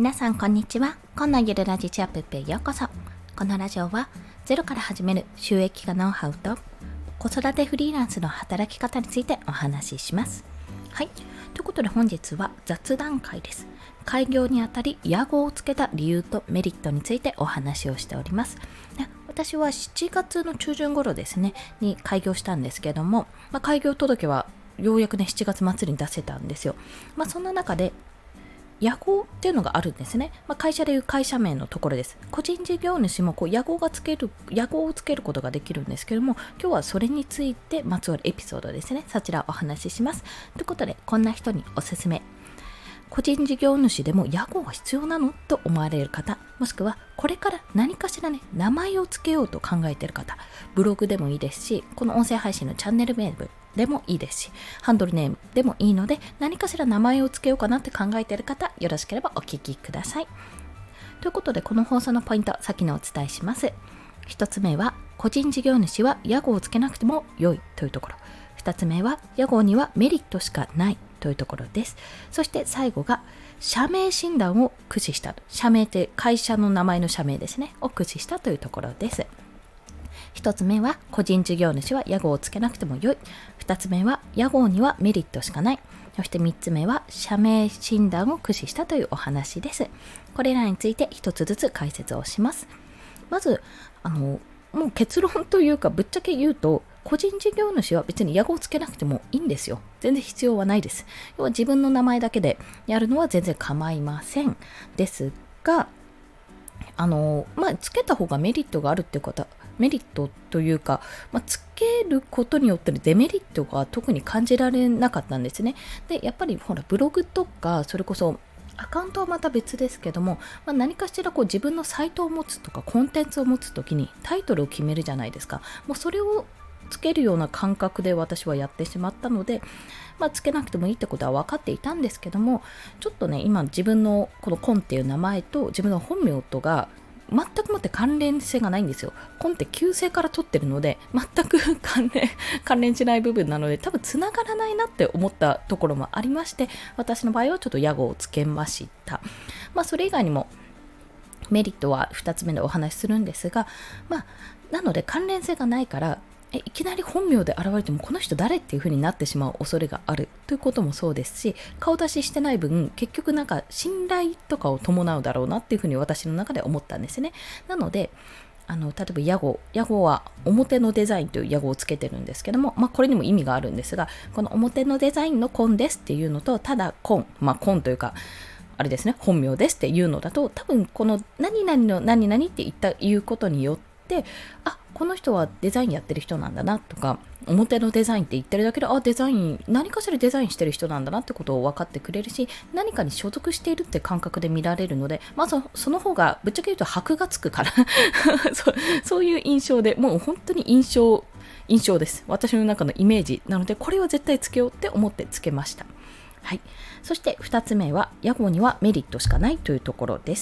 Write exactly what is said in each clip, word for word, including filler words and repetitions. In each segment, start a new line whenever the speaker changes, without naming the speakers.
皆さんこんにちは。今のゆるラジチアップへようこそ。このラジオはゼロから始める収益化ノウハウと子育てフリーランスの働き方についてお話しします。はい、ということで本日は雑談会です。開業にあたり屋号をつけた理由とメリットについてお話をしております。私はしちがつの中旬頃ですねに開業したんですけども、まあ、開業届はようやくねしちがつ末に出せたんですよ。まあ、そんな中で屋号っていうのがあるんですね。まあ、会社でいう会社名のところです。個人事業主もこう屋号がつける屋号をつけることができるんですけども、今日はそれについてまつわるエピソードですね。そちらお話しします。ということで、こんな人におすすめ。個人事業主でも屋号が必要なのと思われる方、もしくはこれから何かしらね名前をつけようと考えている方、ブログでもいいですし、この音声配信のチャンネル名でもいいですし、ハンドルネームでもいいので、何かしら名前をつけようかなって考えている方、よろしければお聞きください。ということで、この放送のポイント、先にお伝えします。一つ目は、個人事業主は屋号をつけなくても良いというところ。二つ目は、屋号にはメリットしかないというところです。そして最後が、社名診断を駆使した。社名って会社の名前の社名ですね。を駆使したというところです。一つ目は、個人事業主は屋号をつけなくても良い。二つ目は、屋号にはメリットしかない。そして三つ目は、社名診断を駆使したというお話です。これらについて一つずつ解説をします。まず、あの、もう結論というか、ぶっちゃけ言うと、個人事業主は別に屋号をつけなくてもいいんですよ。全然必要はないです。要は自分の名前だけでやるのは全然構いません。ですが、あの、まあ、つけた方がメリットがあるっていう方、メリットというか、まあ、つけることによってのデメリットが特に感じられなかったんですね。で、やっぱりほら、ブログとか、それこそ、アカウントはまた別ですけども、まあ、何かしらこう自分のサイトを持つとかコンテンツを持つときにタイトルを決めるじゃないですか。もうそれをつけるような感覚で私はやってしまったので、まあ、つけなくてもいいってことは分かっていたんですけども、ちょっとね今自分のこのコンっていう名前と自分の本名とが全くもって関連性がないんですよ。コンって旧姓から取ってるので全く関連関連しない部分なので、多分つながらないなって思ったところもありまして、私の場合はちょっと屋号をつけました。まあそれ以外にもメリットはふたつめでお話しするんですが、まあなので関連性がないからえいきなり本名で現れてもこの人誰っていう風になってしまう恐れがあるということもそうですし、顔出ししてない分結局なんか信頼とかを伴うだろうなっていう風に私の中で思ったんですね。なのであの例えば屋号屋号は表のデザインという屋号をつけてるんですけども、まあ、これにも意味があるんですが、この表のデザインのコンですっていうのと、ただコンまあコンというかあれですね、本名ですっていうのだと、多分この何々の何々って言った言うことによって、あ、この人はデザインやってる人なんだなとか、表のデザインって言ってるだけで、あ、デザイン何かしらデザインしてる人なんだなってことを分かってくれるし、何かに所属しているって感覚で見られるので、まあ そ, その方がぶっちゃけ言うと箔がつくからそ, そういう印象で、もう本当に印象印象です。私の中のイメージなので、これは絶対つけようって思ってつけました。はい。そしてふたつめは、屋号にはメリットしかないというところです。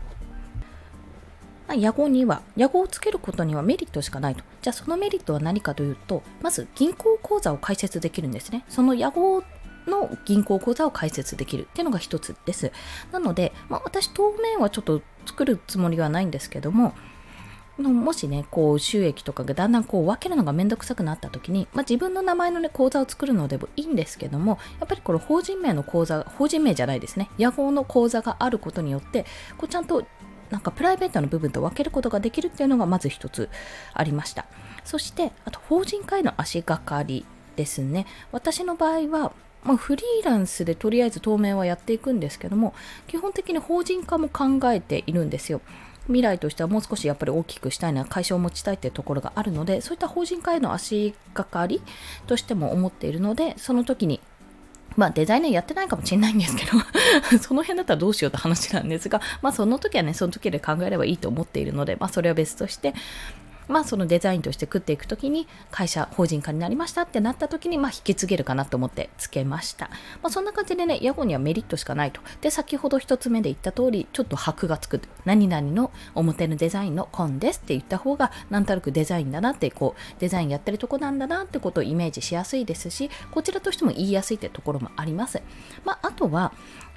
屋号には、屋号をつけることにはメリットしかないと。じゃあそのメリットは何かというと、まず銀行口座を開設できるんですね。その屋号の銀行口座を開設できるっていうのが一つです。なので、まあ、私当面はちょっと作るつもりはないんですけども、もしね、こう収益とかがだんだんこう分けるのがめんどくさくなった時に、まあ、自分の名前の、ね、口座を作るのでもいいんですけども、やっぱりこの法人名の口座、法人名じゃないですね、屋号の口座があることによって、こうちゃんとなんかプライベートの部分と分けることができるっていうのがまず一つありました。そしてあと法人化への足がかりですね。私の場合はまあ、フリーランスでとりあえず当面はやっていくんですけども、基本的に法人化も考えているんですよ。未来としてはもう少しやっぱり大きくしたいな、会社を持ちたいっていうところがあるので、そういった法人化への足がかりとしても思っているので、その時にまあデザイナーやってないかもしれないんですけどその辺だったらどうしようって話なんですが、まあその時はね、その時で考えればいいと思っているので、まあそれは別として、まあそのデザインとして食っていくときに会社法人化になりましたってなったときに、まあ引き継げるかなと思ってつけました。まあそんな感じでね、屋号にはメリットしかないと。で、先ほど一つ目で言った通り、ちょっと箔がつく。何々の表のデザインのコンですって言った方が、なんとなくデザインだなって、こうデザインやってるとこなんだなってことをイメージしやすいですし、こちらとしても言いやすいってところもあります。まああとは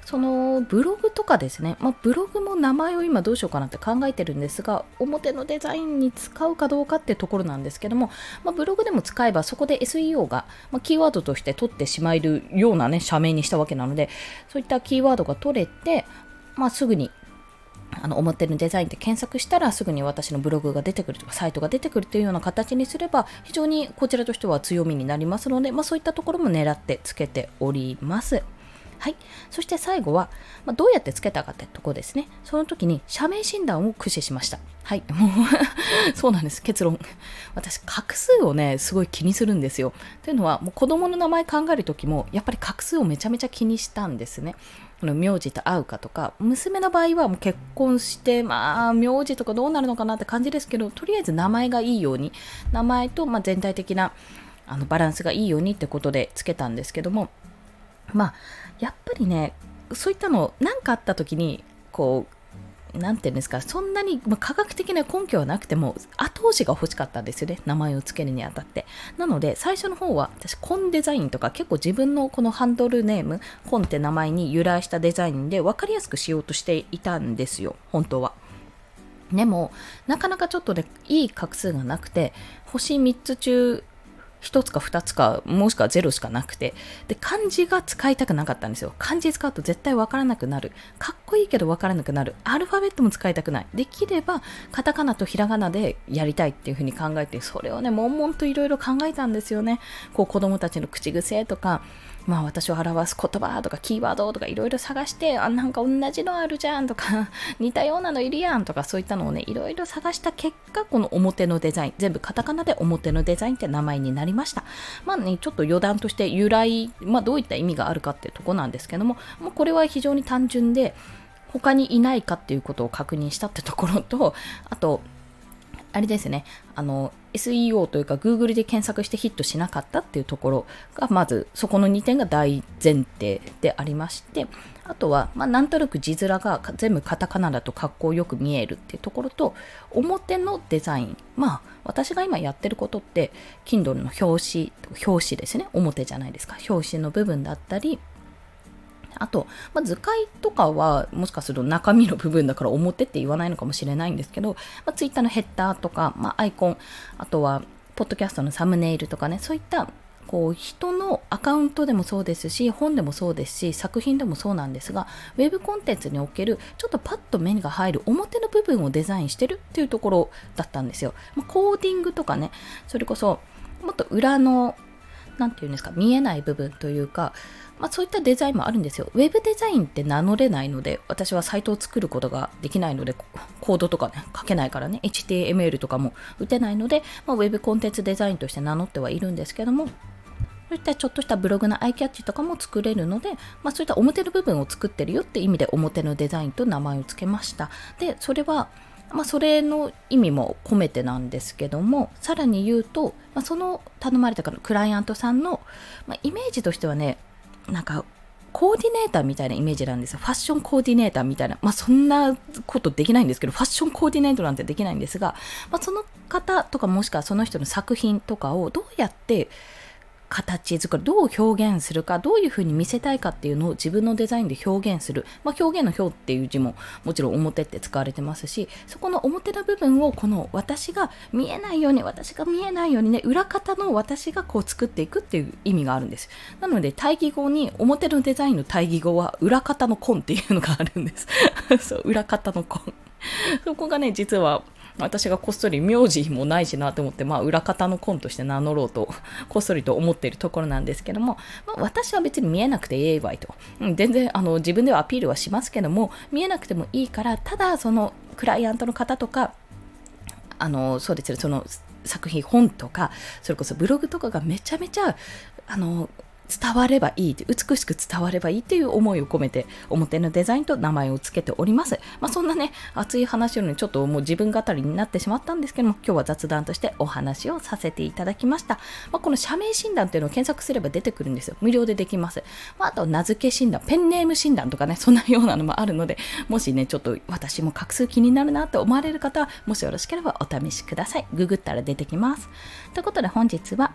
そのブログとかですね、まあ、ブログも名前を今どうしようかなって考えてるんですが、表のデザインに使うかどうかっていうところなんですけども、まあ、ブログでも使えばそこで エスイーオー が、まあ、キーワードとして取ってしまえるようなね社名にしたわけなので、そういったキーワードが取れて、まあ、すぐにあの表のデザインって検索したらすぐに私のブログが出てくるとかサイトが出てくるというような形にすれば非常にこちらとしては強みになりますので、まあ、そういったところも狙ってつけております。はい、そして最後は、まあ、どうやってつけたかってとこですね。その時に社名診断を駆使しました。はい、もうそうなんです。結論。私、画数をね、すごい気にするんですよ。というのは、もう子供の名前考える時も、やっぱり画数をめちゃめちゃ気にしたんですね。この名字と合うかとか、娘の場合はもう結婚して、まあ、名字とかどうなるのかなって感じですけど、とりあえず名前がいいように、名前と、まあ、全体的なあのバランスがいいようにってことでつけたんですけども、まあ、やっぱりね、そういったの何かあった時にこうなんていうんですか、そんなに、まあ、科学的な根拠はなくても後押しが欲しかったんですよね、名前をつけるにあたって。なので最初の方は私コンデザインとか結構自分のこのハンドルネームコンって名前に由来したデザインで分かりやすくしようとしていたんですよ、本当は。でもなかなかちょっとねいい画数がなくて、星みっつ中ひとつかふたつかもしくはゼロしかなくて、で漢字が使いたくなかったんですよ。漢字使うと絶対わからなくなる、かっこいいけどわからなくなる、アルファベットも使いたくない、できればカタカナとひらがなでやりたいっていう風に考えて、それをね悶々といろいろ考えたんですよね。こう子供たちの口癖とか、まあ私を表す言葉とかキーワードとかいろいろ探して、あ、なんか同じのあるじゃんとか似たようなのいるやんとか、そういったのをねいろいろ探した結果、この表のデザイン、全部カタカナで表のデザインって名前になりました。まあね、ちょっと余談として由来、まあどういった意味があるかっていうとこなんですけども、もうこれは非常に単純で、他にいないかっていうことを確認したってところと、あとあれですね、あの エスイーオー というか Google で検索してヒットしなかったっていうところが、まずそこのにてんが大前提でありまして、あとは、まあ、なんとなく字面が全部カタカナだと格好よく見えるっていうところと、表のデザイン、まあ私が今やってることって Kindle の表紙表紙ですね、表じゃないですか、表紙の部分だったり、あと、まあ、図解とかはもしかすると中身の部分だから表って言わないのかもしれないんですけど、まあ、ツイッターのヘッダーとか、まあ、アイコン、あとはポッドキャストのサムネイルとかね、そういったこう人のアカウントでもそうですし、本でもそうですし、作品でもそうなんですが、ウェブコンテンツにおけるちょっとパッと目が入る表の部分をデザインしてるっていうところだったんですよ。まあ、コーディングとかね、それこそもっと裏のなんていうんですか、見えない部分というか、まあ、そういったデザインもあるんですよ。ウェブデザインって名乗れないので、私はサイトを作ることができないので、コードとかね、書けないからね、エイチティーエムエル とかも打てないので、まあ、ウェブコンテンツデザインとして名乗ってはいるんですけども、そういったちょっとしたブログのアイキャッチとかも作れるので、まあ、そういった表の部分を作ってるよって意味で表のデザインと名前を付けました。で、それはまあ、それの意味も込めてなんですけども、さらに言うと、まあ、その頼まれたクライアントさんの、まあ、イメージとしてはね、なんかコーディネーターみたいなイメージなんですよ。ファッションコーディネーターみたいな、まあ、そんなことできないんですけど、ファッションコーディネートなんてできないんですが、まあ、その方とかもしくはその人の作品とかをどうやって形作り、どう表現するか、どういう風に見せたいかっていうのを自分のデザインで表現する。まあ、表現の表っていう字ももちろん表って使われてますし、そこの表の部分をこの私が見えないように、私が見えないようにね、裏方の私がこう作っていくっていう意味があるんです。なので対義語に、表のデザインの対義語は裏方のコンっていうのがあるんです。そう、裏方のコン。そこがね、実は私がこっそり名字もないしなと思って、まあ、裏方のコンとして名乗ろうとこっそりと思っているところなんですけども、まあ、私は別に見えなくてええわいと、うん、全然あの自分ではアピールはしますけども、見えなくてもいいから、ただそのクライアントの方とか、あのそうですね、その作品、本とかそれこそブログとかがめちゃめちゃあの伝わればいい、美しく伝わればいいっていう思いを込めて表のデザインと名前をつけております。まあ、そんなね熱い話よりちょっともう自分語りになってしまったんですけども、今日は雑談としてお話をさせていただきました。まあ、この社名診断っていうのを検索すれば出てくるんですよ。無料でできます。まあ、あと名付け診断、ペンネーム診断とかね、そんなようなのもあるので、もしねちょっと私も画数気になるなと思われる方は、もしよろしければお試しください。ググったら出てきます。ということで本日は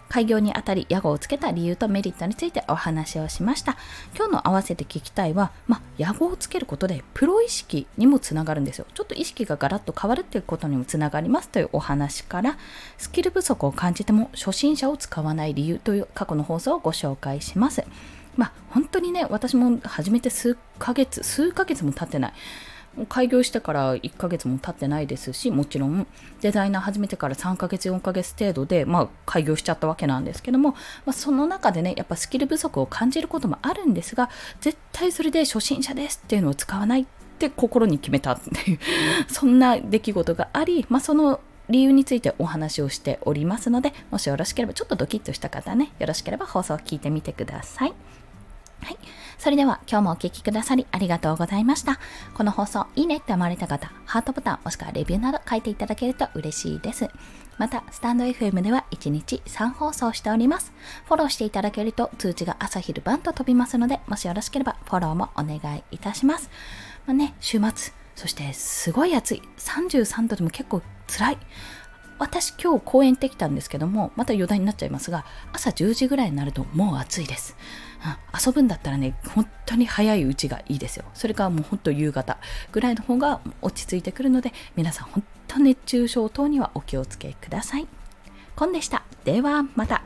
開業にあたり屋号をつけた理由とメリットについてお話をしました。今日の合わせて聞きたいは、まあ、屋号をつけることでプロ意識にもつながるんですよ。ちょっと意識がガラッと変わるっていうことにもつながりますというお話から、スキル不足を感じても初心者を使わない理由という過去の放送をご紹介します。まあ、本当にね、私も始めて数ヶ月、数ヶ月も経ってない。開業してからいっかげつも経ってないですし、もちろんデザイナー始めてからさんかげつよんかげつ程度で、まあ、開業しちゃったわけなんですけども、まあ、その中でねやっぱスキル不足を感じることもあるんですが、絶対それで初心者ですっていうのを使わないって心に決めたっていうそんな出来事があり、まあ、その理由についてお話をしておりますので、もしよろしければ、ちょっとドキッとした方ね、よろしければ放送を聞いてみてください。はい。それでは今日もお聞きくださりありがとうございました。この放送いいねって思われた方、ハートボタンもしくはレビューなど書いていただけると嬉しいです。また、スタンド エフエム ではいちにちさん放送しております。フォローしていただけると通知が朝昼晩と飛びますので、もしよろしければフォローもお願いいたします。まあね、週末、そしてすごい暑い。さんじゅうさんどでも結構辛い。私今日公園行ってきたんですけども、また余談になっちゃいますが、朝じゅうじぐらいになるともう暑いです。うん、遊ぶんだったらね、本当に早いうちがいいですよ。それからもう本当夕方ぐらいの方が落ち着いてくるので、皆さん本当熱中症等にはお気をつけください。コンでした。ではまた。